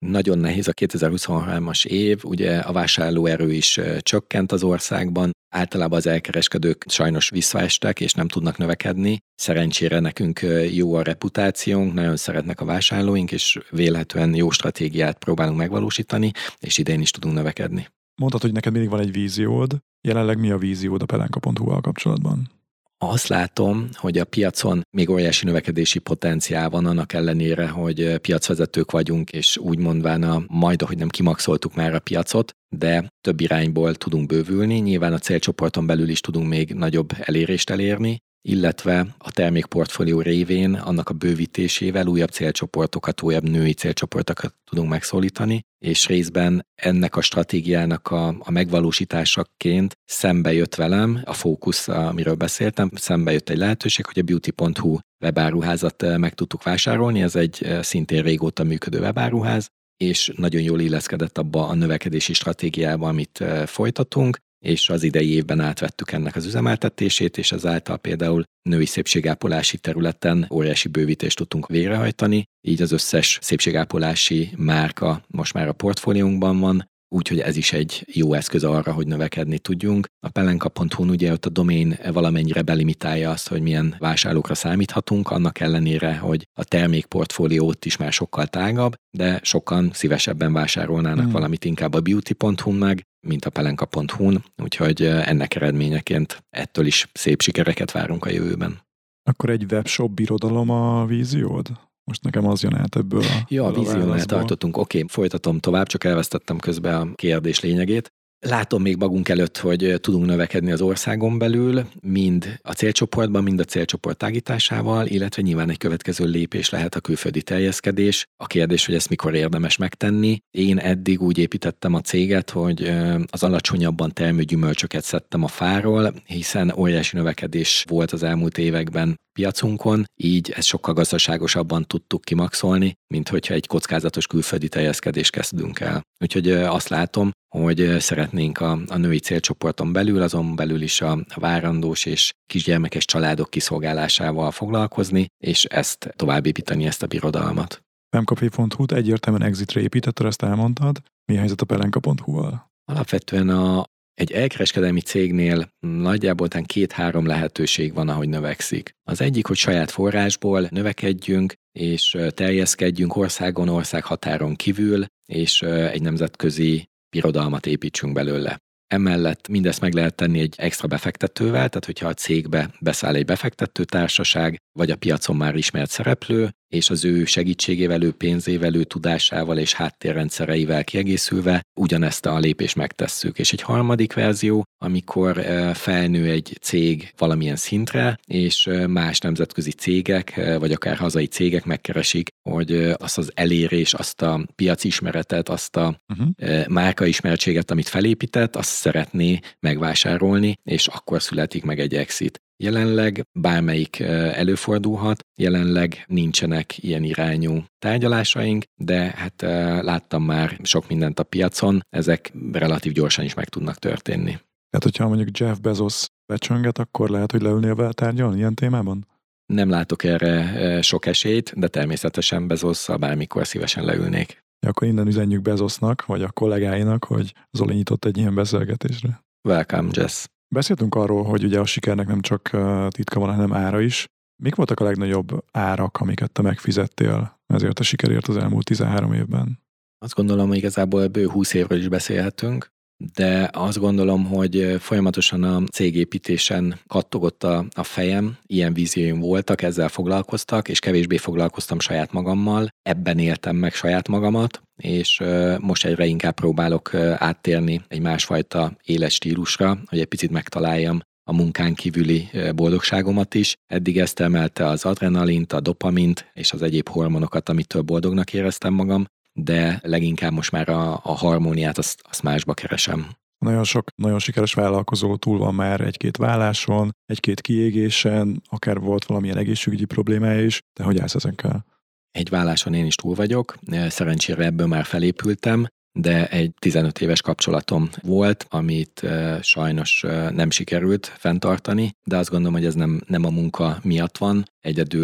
Nagyon nehéz a 2023-as év, ugye a vásárlóerő is csökkent az országban, általában az elkereskedők sajnos visszaestek és nem tudnak növekedni. Szerencsére nekünk jó a reputációnk, nagyon szeretnek a vásárlóink, és vélhetően jó stratégiát próbálunk megvalósítani, és idén is tudunk növekedni. Mondtad, hogy neked mindig van egy víziód. Jelenleg mi a víziód a pelenka.hu-val kapcsolatban? Azt látom, hogy a piacon még óriási növekedési potenciál van, annak ellenére, hogy piacvezetők vagyunk, és úgy mondván majd, ahogy nem kimaxoltuk már a piacot, de több irányból tudunk bővülni. Nyilván a célcsoporton belül is tudunk még nagyobb elérést elérni, illetve a termékportfólió révén annak a bővítésével újabb célcsoportokat, újabb női célcsoportokat tudunk megszólítani, és részben ennek a stratégiának a megvalósításaként szembe jött velem a fókusz, amiről beszéltem, szembe jött egy lehetőség, hogy a beauty.hu webáruházat meg tudtuk vásárolni, ez egy szintén régóta működő webáruház, és nagyon jól illeszkedett abba a növekedési stratégiába, amit folytatunk, és az idei évben átvettük ennek az üzemeltetését, és ezáltal például női szépségápolási területen óriási bővítést tudtunk végrehajtani, így az összes szépségápolási márka most már a portfóliónkban van, úgyhogy ez is egy jó eszköz arra, hogy növekedni tudjunk. A pelenka.hu-n ugye ott a domain valamennyire belimitálja azt, hogy milyen vásárlókra számíthatunk, annak ellenére, hogy a termékportfólió ott is már sokkal tágabb, de sokan szívesebben vásárolnának valamit inkább a beauty.hu-n meg, mint a pelenka.hu-n, úgyhogy ennek eredményeként ettől is szép sikereket várunk a jövőben. Akkor egy webshop birodalom a víziód? Most nekem az jön át ebből a víziónál tartottunk. Oké, folytatom tovább, csak elvesztettem közben a kérdés lényegét. Látom még magunk előtt, hogy tudunk növekedni az országon belül, mind a célcsoportban, mind a célcsoport tágításával, illetve nyilván egy következő lépés lehet a külföldi terjeszkedés. A kérdés, hogy ezt mikor érdemes megtenni. Én eddig úgy építettem a céget, hogy az alacsonyabban termő gyümölcsöket szedtem a fáról, hiszen óriási növekedés volt az elmúlt években piacunkon, így ezt sokkal gazdaságosabban tudtuk kimaxolni, mint hogyha egy kockázatos külföldi terjeszkedést kezdünk el. Úgyhogy azt látom, hogy szeretnénk a női célcsoporton belül, azon belül is a várandós és kisgyermekes családok kiszolgálásával foglalkozni, és ezt továbbépíteni, ezt a birodalmat. Pelenka.hu-t egyértelműen exitre építetted, ezt elmondtad. Mi a helyzet a pelenka.hu-val? Alapvetően egy elkereskedelmi cégnél nagyjából 2-3 lehetőség van, ahogy növekszik. Az egyik, hogy saját forrásból növekedjünk, és terjeszkedjünk országon, országhatáron kívül, és egy nemzetközi birodalmat építsünk belőle. Emellett mindezt meg lehet tenni egy extra befektetővel, tehát hogyha a cégbe beszáll egy befektető társaság, vagy a piacon már ismert szereplő, és az ő segítségével, ő pénzével, ő tudásával és háttérrendszereivel kiegészülve ugyanezt a lépést megtesszük. És egy harmadik verzió, amikor felnő egy cég valamilyen szintre, és más nemzetközi cégek, vagy akár hazai cégek megkeresik, hogy azt az elérés, azt a piaci ismeretet, azt a márkaismertséget, amit felépített, azt szeretné megvásárolni, és akkor születik meg egy exit. Jelenleg bármelyik előfordulhat, jelenleg nincsenek ilyen irányú tárgyalásaink, de hát láttam már sok mindent a piacon, ezek relatív gyorsan is meg tudnak történni. Tehát, hogyha mondjuk Jeff Bezos becsönget, akkor lehet, hogy leülnél vele tárgyalni ilyen témában? Nem látok erre sok esélyt, de természetesen Bezosszal bármikor szívesen leülnék. Ja, akkor innen üzenjük Bezosnak, vagy a kollégáinak, hogy Zoli nyitott egy ilyen beszélgetésre. Welcome, Jess. Beszéltünk arról, hogy ugye a sikernek nem csak titka van, hanem ára is. Mik voltak a legnagyobb árak, amiket te megfizettél ezért a sikerért az elmúlt 13 évben? Azt gondolom, hogy igazából bő 20 évről is beszélhetünk, de azt gondolom, hogy folyamatosan a cégépítésen kattogott a fejem, ilyen vízióim voltak, ezzel foglalkoztak, és kevésbé foglalkoztam saját magammal, ebben éltem meg saját magamat, és most egyre inkább próbálok áttérni egy másfajta életstílusra, hogy egy picit megtaláljam a munkán kívüli boldogságomat is. Eddig ezt emelte az adrenalint, a dopamint és az egyéb hormonokat, amitől boldognak éreztem magam, de leginkább most már a harmóniát azt másba keresem. Nagyon sok nagyon sikeres vállalkozó túl van már egy-két válláson, egy-két kiégésen, akár volt valamilyen egészségügyi problémája is, de hogy állsz ezenkkel? Egy válláson én is túl vagyok, szerencsére ebből már felépültem, de egy 15 éves kapcsolatom volt, amit sajnos nem sikerült fenntartani, de azt gondolom, hogy ez nem a munka miatt van, egyedül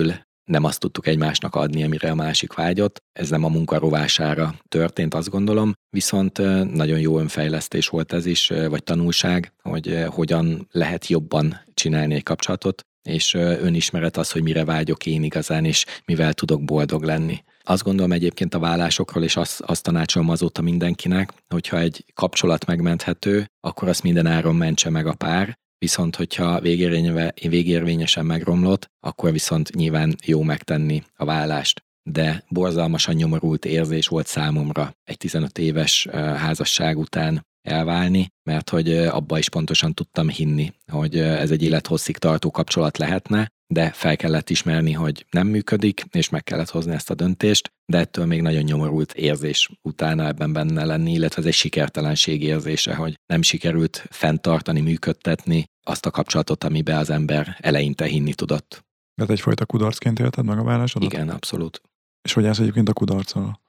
nem azt tudtuk egymásnak adni, amire a másik vágyott. Ez nem a munka rovására történt, azt gondolom, viszont nagyon jó önfejlesztés volt ez is, vagy tanulság, hogy hogyan lehet jobban csinálni egy kapcsolatot, és önismeret az, hogy mire vágyok én igazán, és mivel tudok boldog lenni. Azt gondolom egyébként a vállásokról, és azt tanácsolom azóta mindenkinek, hogyha egy kapcsolat megmenthető, akkor azt minden áron mentse meg a pár, viszont hogyha végérvényesen megromlott, akkor viszont nyilván jó megtenni a vállást. De borzalmasan nyomorult érzés volt számomra egy 15 éves házasság után elválni, mert hogy abba is pontosan tudtam hinni, hogy ez egy élethosszig tartó kapcsolat lehetne, de fel kellett ismerni, hogy nem működik, és meg kellett hozni ezt a döntést, de ettől még nagyon nyomorult érzés utána ebben benne lenni, illetve ez egy sikertelenség érzése, hogy nem sikerült fenntartani, működtetni azt a kapcsolatot, amiben az ember eleinte hinni tudott. Tehát egyfajta kudarcként élted meg a vállásodat? Igen, abszolút. És hogy állsz egyébként a kudarccal?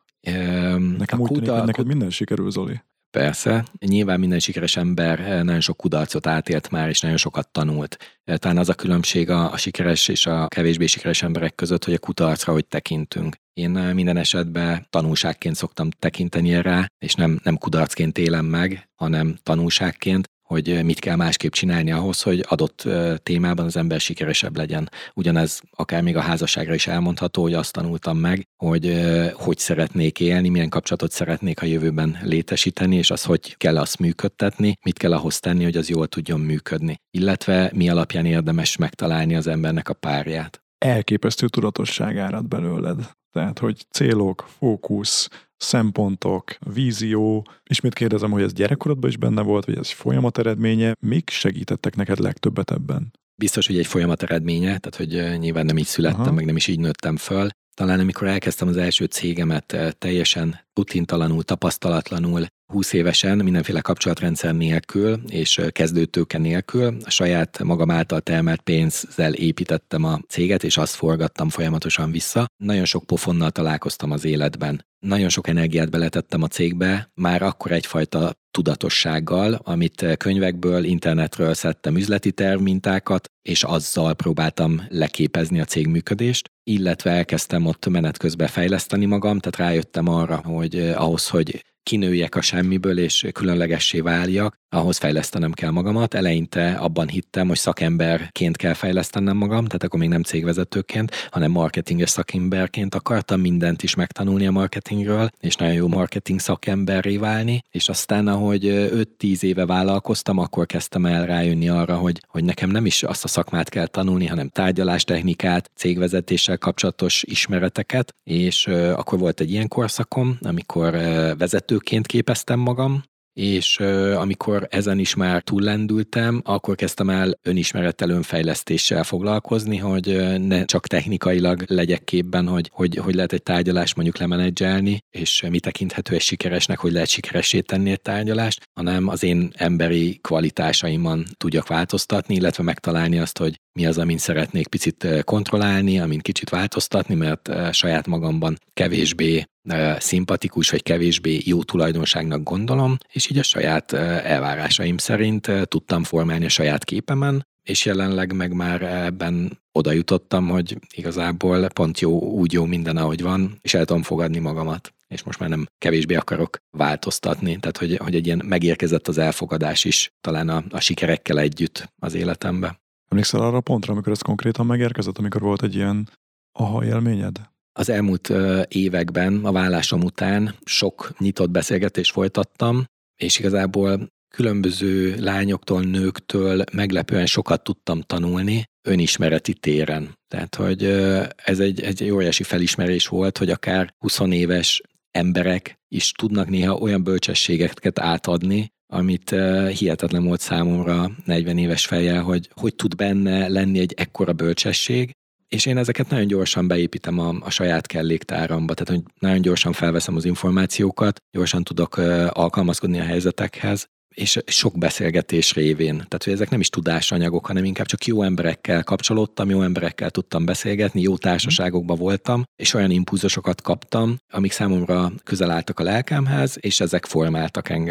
Nekem úgy tűnik, hogy neked minden sikerül, Zoli. Persze, nyilván minden sikeres ember nagyon sok kudarcot átélt már, és nagyon sokat tanult. Talán az a különbség a sikeres és a kevésbé sikeres emberek között, hogy a kudarcra hogy tekintünk. Én minden esetben tanulságként szoktam tekinteni rá, és nem kudarcként élem meg, hanem tanulságként, hogy mit kell másképp csinálni ahhoz, hogy adott témában az ember sikeresebb legyen. Ugyanez akár még a házasságra is elmondható, hogy azt tanultam meg, hogy szeretnék élni, milyen kapcsolatot szeretnék a jövőben létesíteni, és az, hogy kell azt működtetni, mit kell ahhoz tenni, hogy az jól tudjon működni. Illetve mi alapján érdemes megtalálni az embernek a párját. Elképesztő tudatosság árad belőled. Tehát, hogy célok, fókusz, szempontok, vízió. Ismét kérdezem, hogy ez gyerekkorodban is benne volt, vagy ez folyamat eredménye. Mik segítettek neked legtöbbet ebben? Biztos, hogy egy folyamat eredménye, tehát hogy nyilván nem így születtem, meg nem is így nőttem föl. Talán amikor elkezdtem az első cégemet teljesen rutintalanul, tapasztalatlanul, 20 évesen, mindenféle kapcsolatrendszer nélkül és kezdőtőke nélkül, a saját magam által termelt pénzzel építettem a céget, és azt forgattam folyamatosan vissza. Nagyon sok pofonnal találkoztam az életben. Nagyon sok energiát beletettem a cégbe, már akkor egyfajta tudatossággal, amit könyvekből, internetről szedtem üzleti tervmintákat, és azzal próbáltam leképezni a cégműködést, illetve elkezdtem ott menet közben fejleszteni magam, tehát rájöttem arra, hogy ahhoz, hogy kinőjek a semmiből és különlegessé váljak, ahhoz fejlesztenem kell magamat. Eleinte abban hittem, hogy szakemberként kell fejlesztenem magam, tehát akkor még nem cégvezetőként, hanem marketinges szakemberként akartam mindent is megtanulni a marketingről, és nagyon jó marketing szakemberré válni, és aztán, ahogy 5-10 éve vállalkoztam, akkor kezdtem el rájönni arra, hogy nekem nem is azt a szakmát kell tanulni, hanem tárgyalástechnikát, cégvezetéssel kapcsolatos ismereteket, és akkor volt egy ilyen korszakom, amikor vezetőként képeztem magam, és amikor ezen is már túllendültem, akkor kezdtem el önismerettel, önfejlesztéssel foglalkozni, hogy ne csak technikailag legyek képben, hogy lehet egy tárgyalást mondjuk lemenedzselni, és mi tekinthető egy sikeresnek, hogy lehet sikeressé tenni egy tárgyalást, hanem az én emberi kvalitásaimon tudjak változtatni, illetve megtalálni azt, hogy mi az, amin szeretnék picit kontrollálni, amin kicsit változtatni, mert saját magamban kevésbé szimpatikus, vagy kevésbé jó tulajdonságnak gondolom, és így a saját elvárásaim szerint tudtam formálni a saját képemen, és jelenleg meg már ebben oda jutottam, hogy igazából pont úgy jó minden, ahogy van, és el tudom fogadni magamat. És most már nem kevésbé akarok változtatni, tehát hogy egy ilyen megérkezett az elfogadás is talán a sikerekkel együtt az életembe. Emlékszel arra a pontra, amikor ez konkrétan megérkezett, amikor volt egy ilyen aha élményed? Az elmúlt években, a vállásom után sok nyitott beszélgetést folytattam, és igazából különböző lányoktól, nőktől meglepően sokat tudtam tanulni önismereti téren. Tehát, hogy ez egy óriási felismerés volt, hogy akár 20 éves emberek is tudnak néha olyan bölcsességeket átadni, amit hihetetlen volt számomra 40 éves fejjel, hogy tud benne lenni egy ekkora bölcsesség, és én ezeket nagyon gyorsan beépítem a saját kelléktáramba, tehát hogy nagyon gyorsan felveszem az információkat, gyorsan tudok alkalmazkodni a helyzetekhez, és sok beszélgetés révén. Tehát, hogy ezek nem is tudásanyagok, hanem inkább csak jó emberekkel kapcsolódtam, jó emberekkel tudtam beszélgetni, jó társaságokban voltam, és olyan impulzusokat kaptam, amik számomra közel álltak a lelkemhez, és ezek formáltak engem.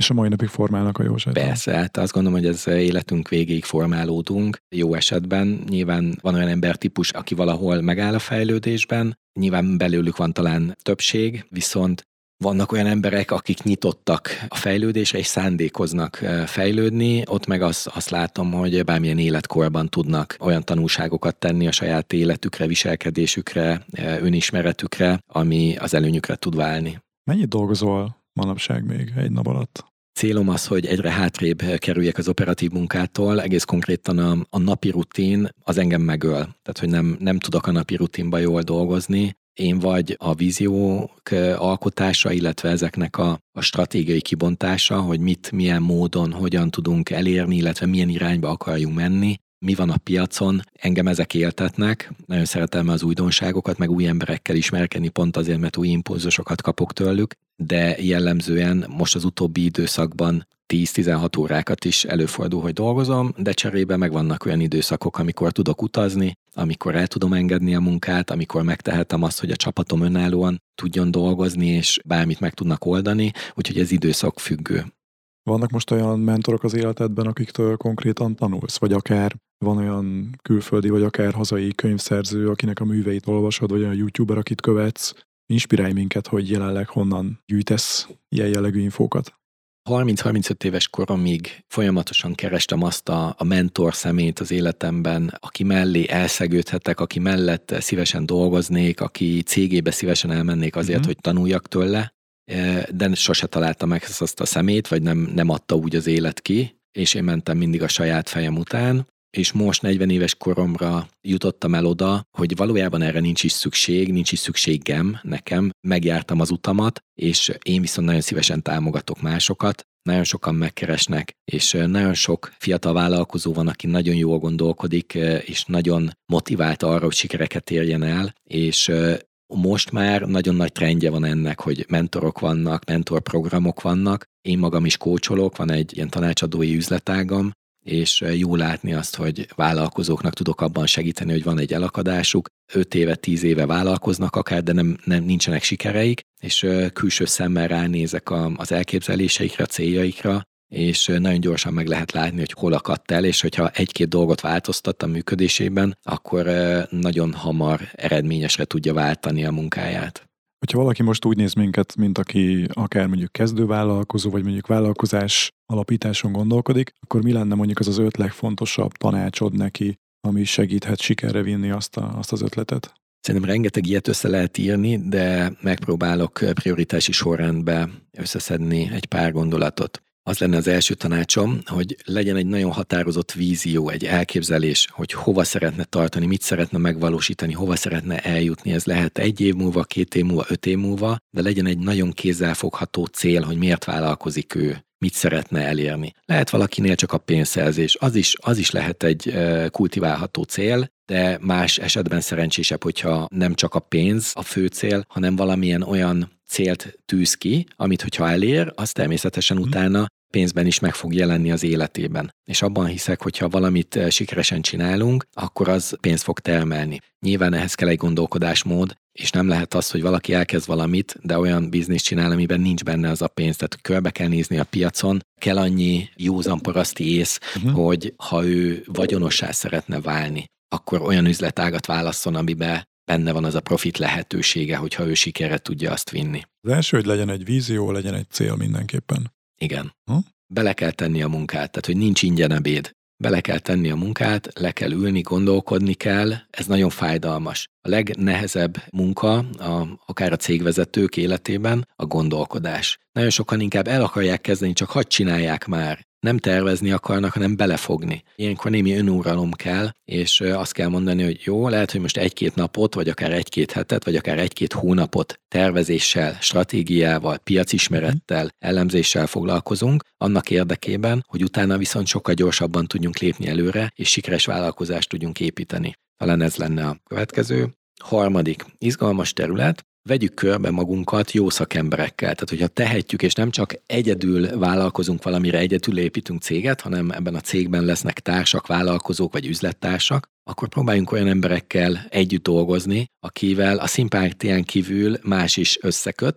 És a mai napig formálnak a jóságon. Persze, hát azt gondolom, hogy ez életünk végéig formálódunk. Jó esetben nyilván van olyan embertípus, aki valahol megáll a fejlődésben, nyilván belőlük van talán többség, viszont vannak olyan emberek, akik nyitottak a fejlődésre, és szándékoznak fejlődni, ott meg azt látom, hogy bármilyen életkorban tudnak olyan tanulságokat tenni a saját életükre, viselkedésükre, önismeretükre, ami az előnyükre tud válni. Mennyit dolgozol manapság még egy nap alatt? Célom az, hogy egyre hátrébb kerüljek az operatív munkától, egész konkrétan a napi rutin az engem megöl. Tehát, hogy nem tudok a napi rutinba jól dolgozni. Én vagy a víziók alkotása, illetve ezeknek a stratégiai kibontása, hogy milyen módon, hogyan tudunk elérni, illetve milyen irányba akarjunk menni, mi van a piacon, engem ezek éltetnek, nagyon szeretem az újdonságokat, meg új emberekkel ismerkedni, pont azért, mert új impulzusokat kapok tőlük, de jellemzően most az utóbbi időszakban 10-16 órákat is előfordul, hogy dolgozom, de cserébe meg vannak olyan időszakok, amikor tudok utazni, amikor el tudom engedni a munkát, amikor megtehetem azt, hogy a csapatom önállóan tudjon dolgozni, és bármit meg tudnak oldani, úgyhogy ez időszak függő. Vannak most olyan mentorok az életedben, akiktől konkrétan tanulsz, vagy akár van olyan külföldi, vagy akár hazai könyvszerző, akinek a műveit olvasod, vagy olyan youtuber, akit követsz? Inspirálj minket, hogy jelenleg honnan gyűjtesz ilyen jellegű infókat. 30-35 éves koromig folyamatosan kerestem azt a mentor személyt az életemben, aki mellé elszegődhetek, aki mellett szívesen dolgoznék, aki cégébe szívesen elmennék azért, hogy tanuljak tőle, de sose találtam meg azt a szemét, vagy nem adta úgy az élet ki, és én mentem mindig a saját fejem után, és most 40 éves koromra jutottam el oda, hogy valójában erre nincs is szükségem nekem, megjártam az utamat, és én viszont nagyon szívesen támogatok másokat, nagyon sokan megkeresnek, és nagyon sok fiatal vállalkozó van, aki nagyon jól gondolkodik, és nagyon motivált arra, hogy sikereket érjen el, és most már nagyon nagy trendje van ennek, hogy mentorok vannak, mentorprogramok vannak, én magam is kócsolok, van egy ilyen tanácsadói üzletágam, és jó látni azt, hogy vállalkozóknak tudok abban segíteni, hogy van egy elakadásuk, 5 éve, 10 éve vállalkoznak akár, de nem nincsenek sikereik, és külső szemmel ránézek az elképzeléseikre, a céljaikra, és nagyon gyorsan meg lehet látni, hogy hol akadt el, és hogyha egy-két dolgot változtat a működésében, akkor nagyon hamar eredményesre tudja váltani a munkáját. Hogyha valaki most úgy néz minket, mint aki akár mondjuk kezdővállalkozó, vagy mondjuk vállalkozás alapításon gondolkodik, akkor mi lenne mondjuk az 5 legfontosabb tanácsod neki, ami segíthet sikerre vinni azt az ötletet? Szerintem rengeteg ilyet össze lehet írni, de megpróbálok prioritási sorrendbe összeszedni egy pár gondolatot. Az lenne az első tanácsom, hogy legyen egy nagyon határozott vízió, egy elképzelés, hogy hova szeretne tartani, mit szeretne megvalósítani, hova szeretne eljutni. Ez lehet 1 év múlva, 2 év múlva, 5 év múlva, de legyen egy nagyon kézzelfogható cél, hogy miért vállalkozik ő, mit szeretne elérni. Lehet valakinél csak a pénzszerzés, az is lehet egy kultiválható cél, de más esetben szerencsésebb, hogyha nem csak a pénz a fő cél, hanem valamilyen olyan célt tűz ki, amit hogyha elér, az természetesen utána pénzben is meg fog jelenni az életében. És abban hiszek, hogyha valamit sikeresen csinálunk, akkor az pénzt fog termelni. Nyilván ehhez kell egy gondolkodásmód, és nem lehet az, hogy valaki elkezd valamit, de olyan bizniszt csinál, amiben nincs benne az a pénz. Tehát körbe kell nézni a piacon, kell annyi józan paraszti ész, hogy ha ő vagyonossá szeretne válni, akkor olyan üzletágat válasszon, amiben benne van az a profit lehetősége, hogyha ő sikerre tudja azt vinni. Az első, hogy legyen egy vízió, legyen egy cél mindenképpen. Igen. Bele kell tenni a munkát, tehát hogy nincs ingyen ebéd. Bele kell tenni a munkát, le kell ülni, gondolkodni kell, ez nagyon fájdalmas. A legnehezebb munka, akár a cégvezetők életében, a gondolkodás. Nagyon sokan inkább el akarják kezdeni, csak hadd csinálják már. Nem tervezni akarnak, hanem belefogni. Ilyenkor némi önuralom kell, és azt kell mondani, hogy jó, lehet, hogy most 1-2 napot, vagy akár 1-2 hetet, vagy akár 1-2 hónapot tervezéssel, stratégiával, piacismerettel, elemzéssel foglalkozunk, annak érdekében, hogy utána viszont sokkal gyorsabban tudjunk lépni előre, és sikeres vállalkozást tudjunk építeni. Talán ez lenne a következő. 3. izgalmas terület. Vegyük körbe magunkat jó szakemberekkel. Tehát, hogyha tehetjük, és nem csak egyedül vállalkozunk valamire, egyedül építünk céget, hanem ebben a cégben lesznek társak, vállalkozók vagy üzlettársak, akkor próbáljunk olyan emberekkel együtt dolgozni, akivel a szimpátián kívül más is összeköt,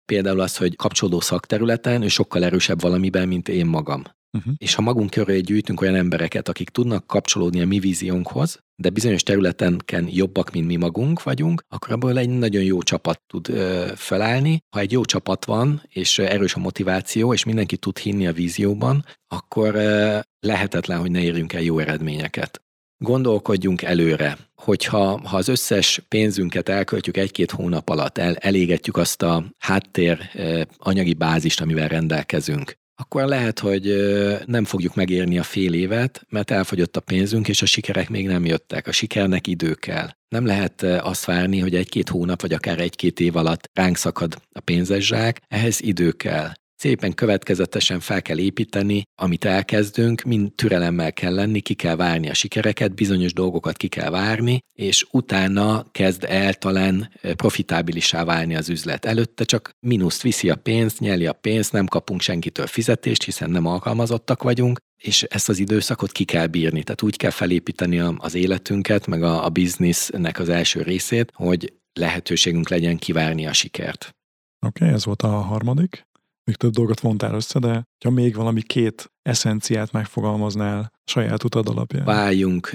Például az, hogy kapcsolódó szakterületen ő sokkal erősebb valamiben, mint én magam. És ha magunk köré gyűjtünk olyan embereket, akik tudnak kapcsolódni a mi víziónkhoz, de bizonyos területeken jobbak, mint mi magunk vagyunk, akkor abból egy nagyon jó csapat tud felállni. Ha egy jó csapat van, és erős a motiváció, és mindenki tud hinni a vízióban, akkor lehetetlen, hogy ne érjünk el jó eredményeket. Gondolkodjunk előre, hogyha az összes pénzünket elköltjük 1-2 hónap alatt, elégetjük azt a háttér anyagi bázist, amivel rendelkezünk, akkor lehet, hogy nem fogjuk megérni a fél évet, mert elfogyott a pénzünk, és a sikerek még nem jöttek. A sikernek idő kell. Nem lehet azt várni, hogy 1-2 hónap, vagy akár 1-2 év alatt ránk szakad a pénzes zsák, ehhez idő kell. Szépen következetesen fel kell építeni, amit elkezdünk, mind türelemmel kell lenni, ki kell várni a sikereket, bizonyos dolgokat ki kell várni, és utána kezd el talán profitábilissá válni az üzlet. Előtte csak mínuszt viszi a pénzt, nyeli a pénzt, nem kapunk senkitől fizetést, hiszen nem alkalmazottak vagyunk, és ezt az időszakot ki kell bírni. Tehát úgy kell felépíteni az életünket, meg a biznisznek az első részét, hogy lehetőségünk legyen kivárni a sikert. Oké, ez volt a harmadik. Még több dolgot vontál össze, de ha még valami 2 eszenciát megfogalmaznál saját utad alapján. Váljunk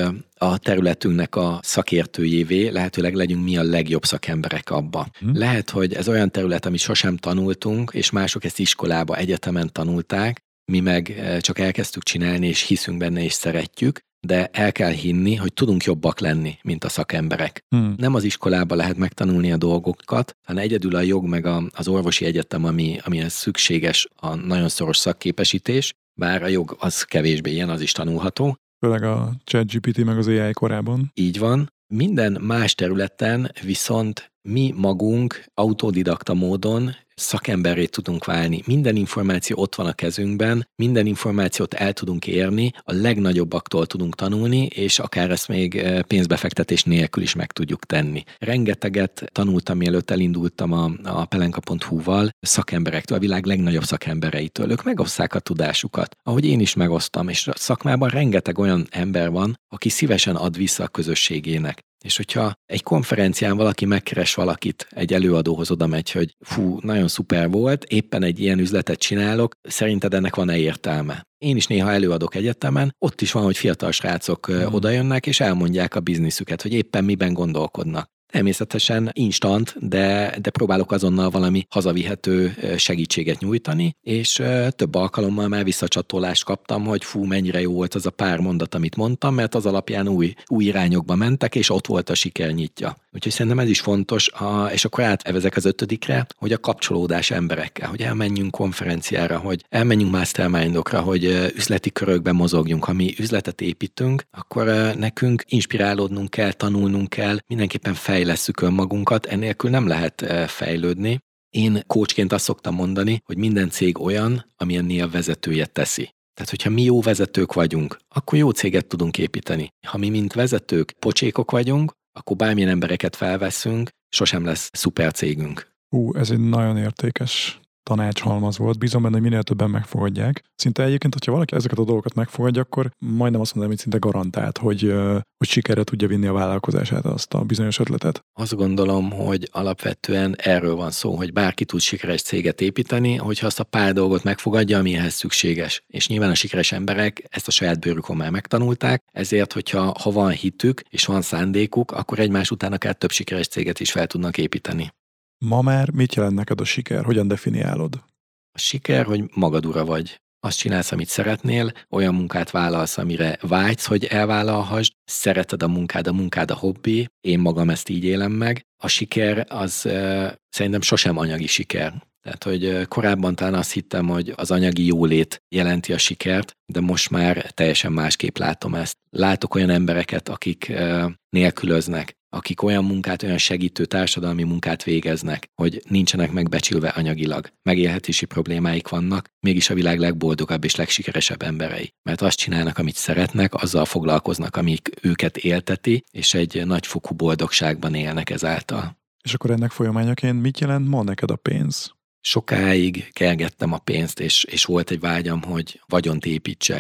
a területünknek a szakértőjévé, lehetőleg legyünk mi a legjobb szakemberek abba. Lehet, hogy ez olyan terület, amit sosem tanultunk, és mások ezt iskolába, egyetemen tanulták, mi meg csak elkezdtük csinálni, és hiszünk benne, és szeretjük, de el kell hinni, hogy tudunk jobbak lenni, mint a szakemberek. Nem az iskolába lehet megtanulni a dolgokat, hanem egyedül a jog meg az orvosi egyetem, amihez szükséges a nagyon szoros szakképesítés, bár a jog az kevésbé ilyen, az is tanulható. Főleg a ChatGPT meg az AI korában. Így van. Minden más területen viszont mi magunk autodidakta módon szakemberré tudunk válni. Minden információ ott van a kezünkben, minden információt el tudunk érni, a legnagyobbaktól tudunk tanulni, és akár ezt még pénzbefektetés nélkül is meg tudjuk tenni. Rengeteget tanultam, mielőtt elindultam a pelenka.hu-val szakemberektől, a világ legnagyobb szakembereitől. Ők megosztják a tudásukat, ahogy én is megosztam, és a szakmában rengeteg olyan ember van, aki szívesen ad vissza a közösségének. És hogyha egy konferencián valaki megkeres valakit, egy előadóhoz oda megy, hogy fú, nagyon szuper volt, éppen egy ilyen üzletet csinálok, szerinted ennek van-e értelme? Én is néha előadok egyetemen, ott is van, hogy fiatal srácok odajönnek, és elmondják a bizniszüket, hogy éppen miben gondolkodnak. Természetesen instant, de próbálok azonnal valami hazavihető segítséget nyújtani, és több alkalommal már visszacsatolást kaptam, hogy fú, mennyire jó volt az a pár mondat, amit mondtam, mert az alapján új irányokba mentek, és ott volt a siker nyitja. Úgyhogy szerintem ez is fontos, és akkor átvezek az 5-re, hogy a kapcsolódás emberekkel, hogy elmenjünk konferenciára, hogy elmenjünk mastermindokra, hogy üzleti körökben mozogjunk. Ha mi üzletet építünk, akkor nekünk inspirálódnunk kell, tanulnunk kell, mindenképpen fejlesszük önmagunkat, ennélkül nem lehet fejlődni. Én coachként azt szoktam mondani, hogy minden cég olyan, amilyenné a vezetője teszi. Tehát, hogyha mi jó vezetők vagyunk, akkor jó céget tudunk építeni. Ha mi, mint vezetők, pocsékok vagyunk, akkor bármilyen embereket felveszünk, sosem lesz szuper cégünk. Ez egy nagyon értékes tanácshalmaz volt. Bízom benne, hogy minél többen megfogadják. Szinte egyébként, hogyha valaki ezeket a dolgokat megfogadja, akkor majdnem azt mondom, hogy szinte garantált, hogy sikerre tudja vinni a vállalkozását, azt a bizonyos ötletet. Azt gondolom, hogy alapvetően erről van szó, hogy bárki tud sikeres céget építeni, hogyha azt a pár dolgot megfogadja, ami ehhez szükséges. És nyilván a sikeres emberek ezt a saját bőrükön már megtanulták, ezért, hogyha van hitük és van szándékuk, akkor egymás után akár több sikeres céget is fel tudnak építeni. Ma már mit jelent neked a siker? Hogyan definiálod? A siker, hogy magad ura vagy. Azt csinálsz, amit szeretnél, olyan munkát vállalsz, amire vágysz, hogy elvállalhassd, szereted a munkád a hobbi, én magam ezt így élem meg. A siker az szerintem sosem anyagi siker. Tehát, hogy korábban talán azt hittem, hogy az anyagi jólét jelenti a sikert, de most már teljesen másképp látom ezt. Látok olyan embereket, akik nélkülöznek, akik olyan munkát, olyan segítő társadalmi munkát végeznek, hogy nincsenek megbecsülve anyagilag. Megélhetési problémáik vannak, mégis a világ legboldogabb és legsikeresebb emberei. Mert azt csinálnak, amit szeretnek, azzal foglalkoznak, amik őket élteti, és egy nagyfokú boldogságban élnek ezáltal. És akkor ennek folyamányaként mit jelent ma neked a pénz? Sokáig kergettem a pénzt, és volt egy vágyam, hogy vagyont építsek.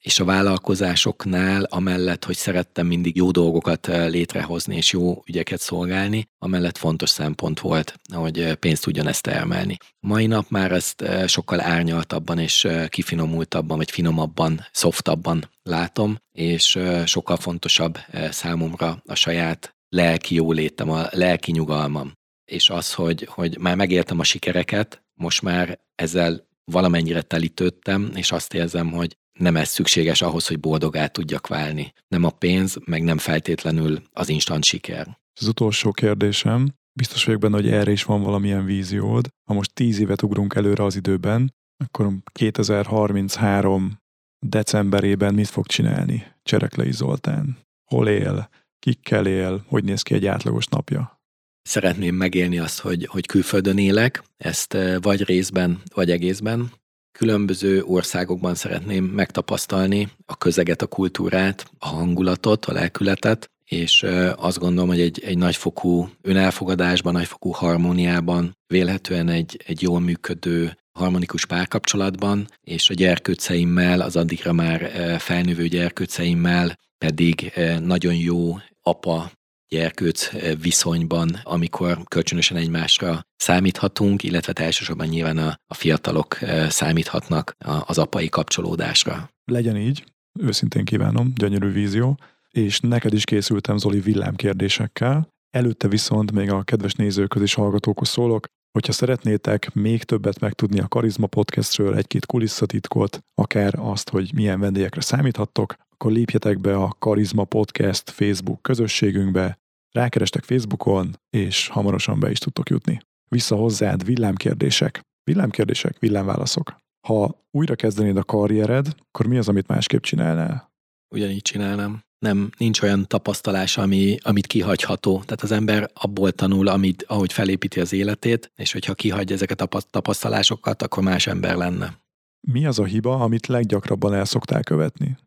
és a vállalkozásoknál, amellett, hogy szerettem mindig jó dolgokat létrehozni és jó ügyeket szolgálni, amellett fontos szempont volt, hogy pénzt tudjon ezt termelni. Mai nap már ezt sokkal árnyaltabban és kifinomultabban, vagy finomabban, szoftabban látom, és sokkal fontosabb számomra a saját lelki jólétem, a lelki nyugalmam. És az, hogy már megéltem a sikereket, most már ezzel valamennyire telítődtem, és azt érzem, hogy nem ez szükséges ahhoz, hogy boldoggá tudjak válni. Nem a pénz, meg nem feltétlenül az instant siker. Az utolsó kérdésem, biztos vagyok benne, hogy erre is van valamilyen víziód. Ha most 10 évet ugrunk előre az időben, akkor 2033 decemberében mit fog csinálni Csereklei Zoltán? Hol él? Kikkel él? Hogy néz ki egy átlagos napja? Szeretném megélni azt, hogy külföldön élek, ezt vagy részben, vagy egészben. Különböző országokban szeretném megtapasztalni a közeget, a kultúrát, a hangulatot, a lelkületet, és azt gondolom, hogy egy nagyfokú önelfogadásban, nagyfokú harmóniában, vélhetően egy jól működő harmonikus párkapcsolatban, és a gyerkőceimmel, az addigra már felnövő gyerkőceimmel pedig nagyon jó apa gyerkőc viszonyban, amikor kölcsönösen egymásra számíthatunk, illetve elsősorban nyilván a fiatalok számíthatnak az apai kapcsolódásra. Legyen így, őszintén kívánom, gyönyörű vízió, és neked is készültem, Zoli, villámkérdésekkel. Előtte viszont még a kedves nézőkhöz és hallgatókhoz szólok, hogyha szeretnétek még többet megtudni a Karizma Podcastről, egy-két kulisszatitkot, akár azt, hogy milyen vendégekre számíthattok, akkor lépjetek be a Karizma Podcast Facebook közösségünkbe, rákerestek Facebookon, és hamarosan be is tudtok jutni. Vissza hozzád villámkérdések, villámválaszok. Ha újra kezdenéd a karriered, akkor mi az, amit másképp csinálnál? Ugyanígy csinálnám. Nincs olyan tapasztalás, amit kihagyható. Tehát az ember abból tanul, ahogy felépíti az életét, és hogyha kihagy ezeket a tapasztalásokat, akkor más ember lenne. Mi az a hiba, amit leggyakrabban el szoktál követni?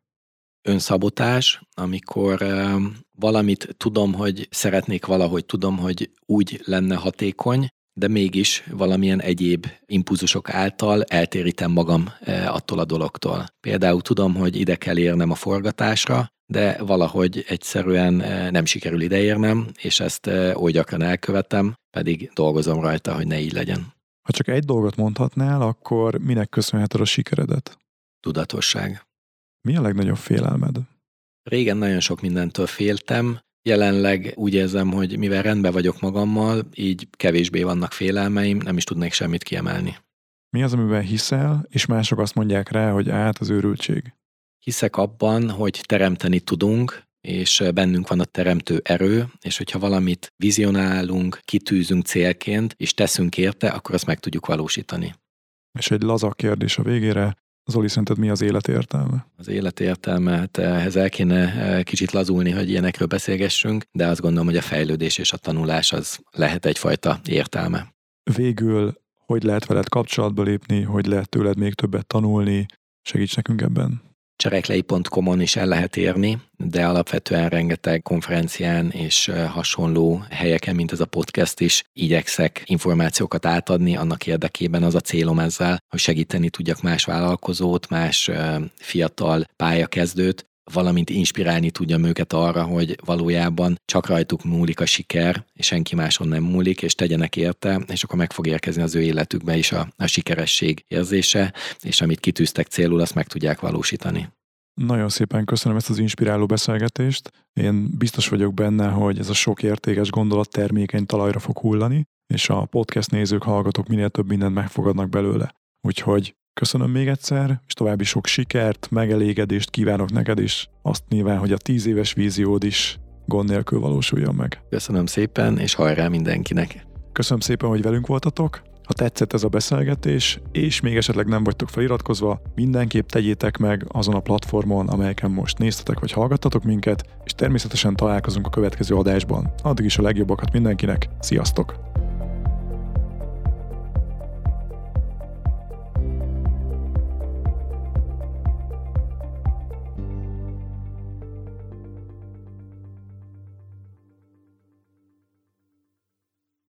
Önszabotás, amikor valamit tudom, hogy szeretnék valahogy, tudom, hogy úgy lenne hatékony, de mégis valamilyen egyéb impulzusok által eltérítem magam attól a dologtól. Például tudom, hogy ide kell érnem a forgatásra, de valahogy egyszerűen nem sikerül ideérnem, és ezt oly gyakran elkövetem, pedig dolgozom rajta, hogy ne így legyen. Ha csak egy dolgot mondhatnál, akkor minek köszönheted a sikeredet? Tudatosság. Mi a legnagyobb félelmed? Régen nagyon sok mindentől féltem, jelenleg úgy érzem, hogy mivel rendben vagyok magammal, így kevésbé vannak félelmeim, nem is tudnék semmit kiemelni. Mi az, amiben hiszel, és mások azt mondják rá, hogy az őrültség? Hiszek abban, hogy teremteni tudunk, és bennünk van a teremtő erő, és hogyha valamit vizionálunk, kitűzünk célként, és teszünk érte, akkor azt meg tudjuk valósítani. És egy laza kérdés a végére. Zoli, szerinted mi az élet értelme? Az élet értelme, hát ehhez el kéne kicsit lazulni, hogy ilyenekről beszélgessünk, de azt gondolom, hogy a fejlődés és a tanulás az lehet egyfajta értelme. Végül, hogy lehet veled kapcsolatba lépni, hogy lehet tőled még többet tanulni? Segíts nekünk ebben. Csereklei.com-on is el lehet érni, de alapvetően rengeteg konferencián és hasonló helyeken, mint ez a podcast is, igyekszek információkat átadni, annak érdekében az a célom ezzel, hogy segíteni tudjak más vállalkozót, más fiatal pályakezdőt, valamint inspirálni tudjam őket arra, hogy valójában csak rajtuk múlik a siker, és senki máson nem múlik, és tegyenek érte, és akkor meg fog érkezni az ő életükbe is a sikeresség érzése, és amit kitűztek célul, azt meg tudják valósítani. Nagyon szépen köszönöm ezt az inspiráló beszélgetést. Én biztos vagyok benne, hogy ez a sok értékes gondolat termékeny talajra fog hullani, és a podcast nézők, hallgatók minél több mindent megfogadnak belőle. Úgyhogy köszönöm még egyszer, és további sok sikert, megelégedést kívánok neked is. Azt nyilván, hogy a 10 éves víziód is gond nélkül valósuljon meg. Köszönöm szépen, és hajrá mindenkinek! Köszönöm szépen, hogy velünk voltatok. Ha tetszett ez a beszélgetés, és még esetleg nem vagytok feliratkozva, mindenképp tegyétek meg azon a platformon, amelyeken most néztetek vagy hallgattatok minket, és természetesen találkozunk a következő adásban. Addig is a legjobbakat mindenkinek, sziasztok!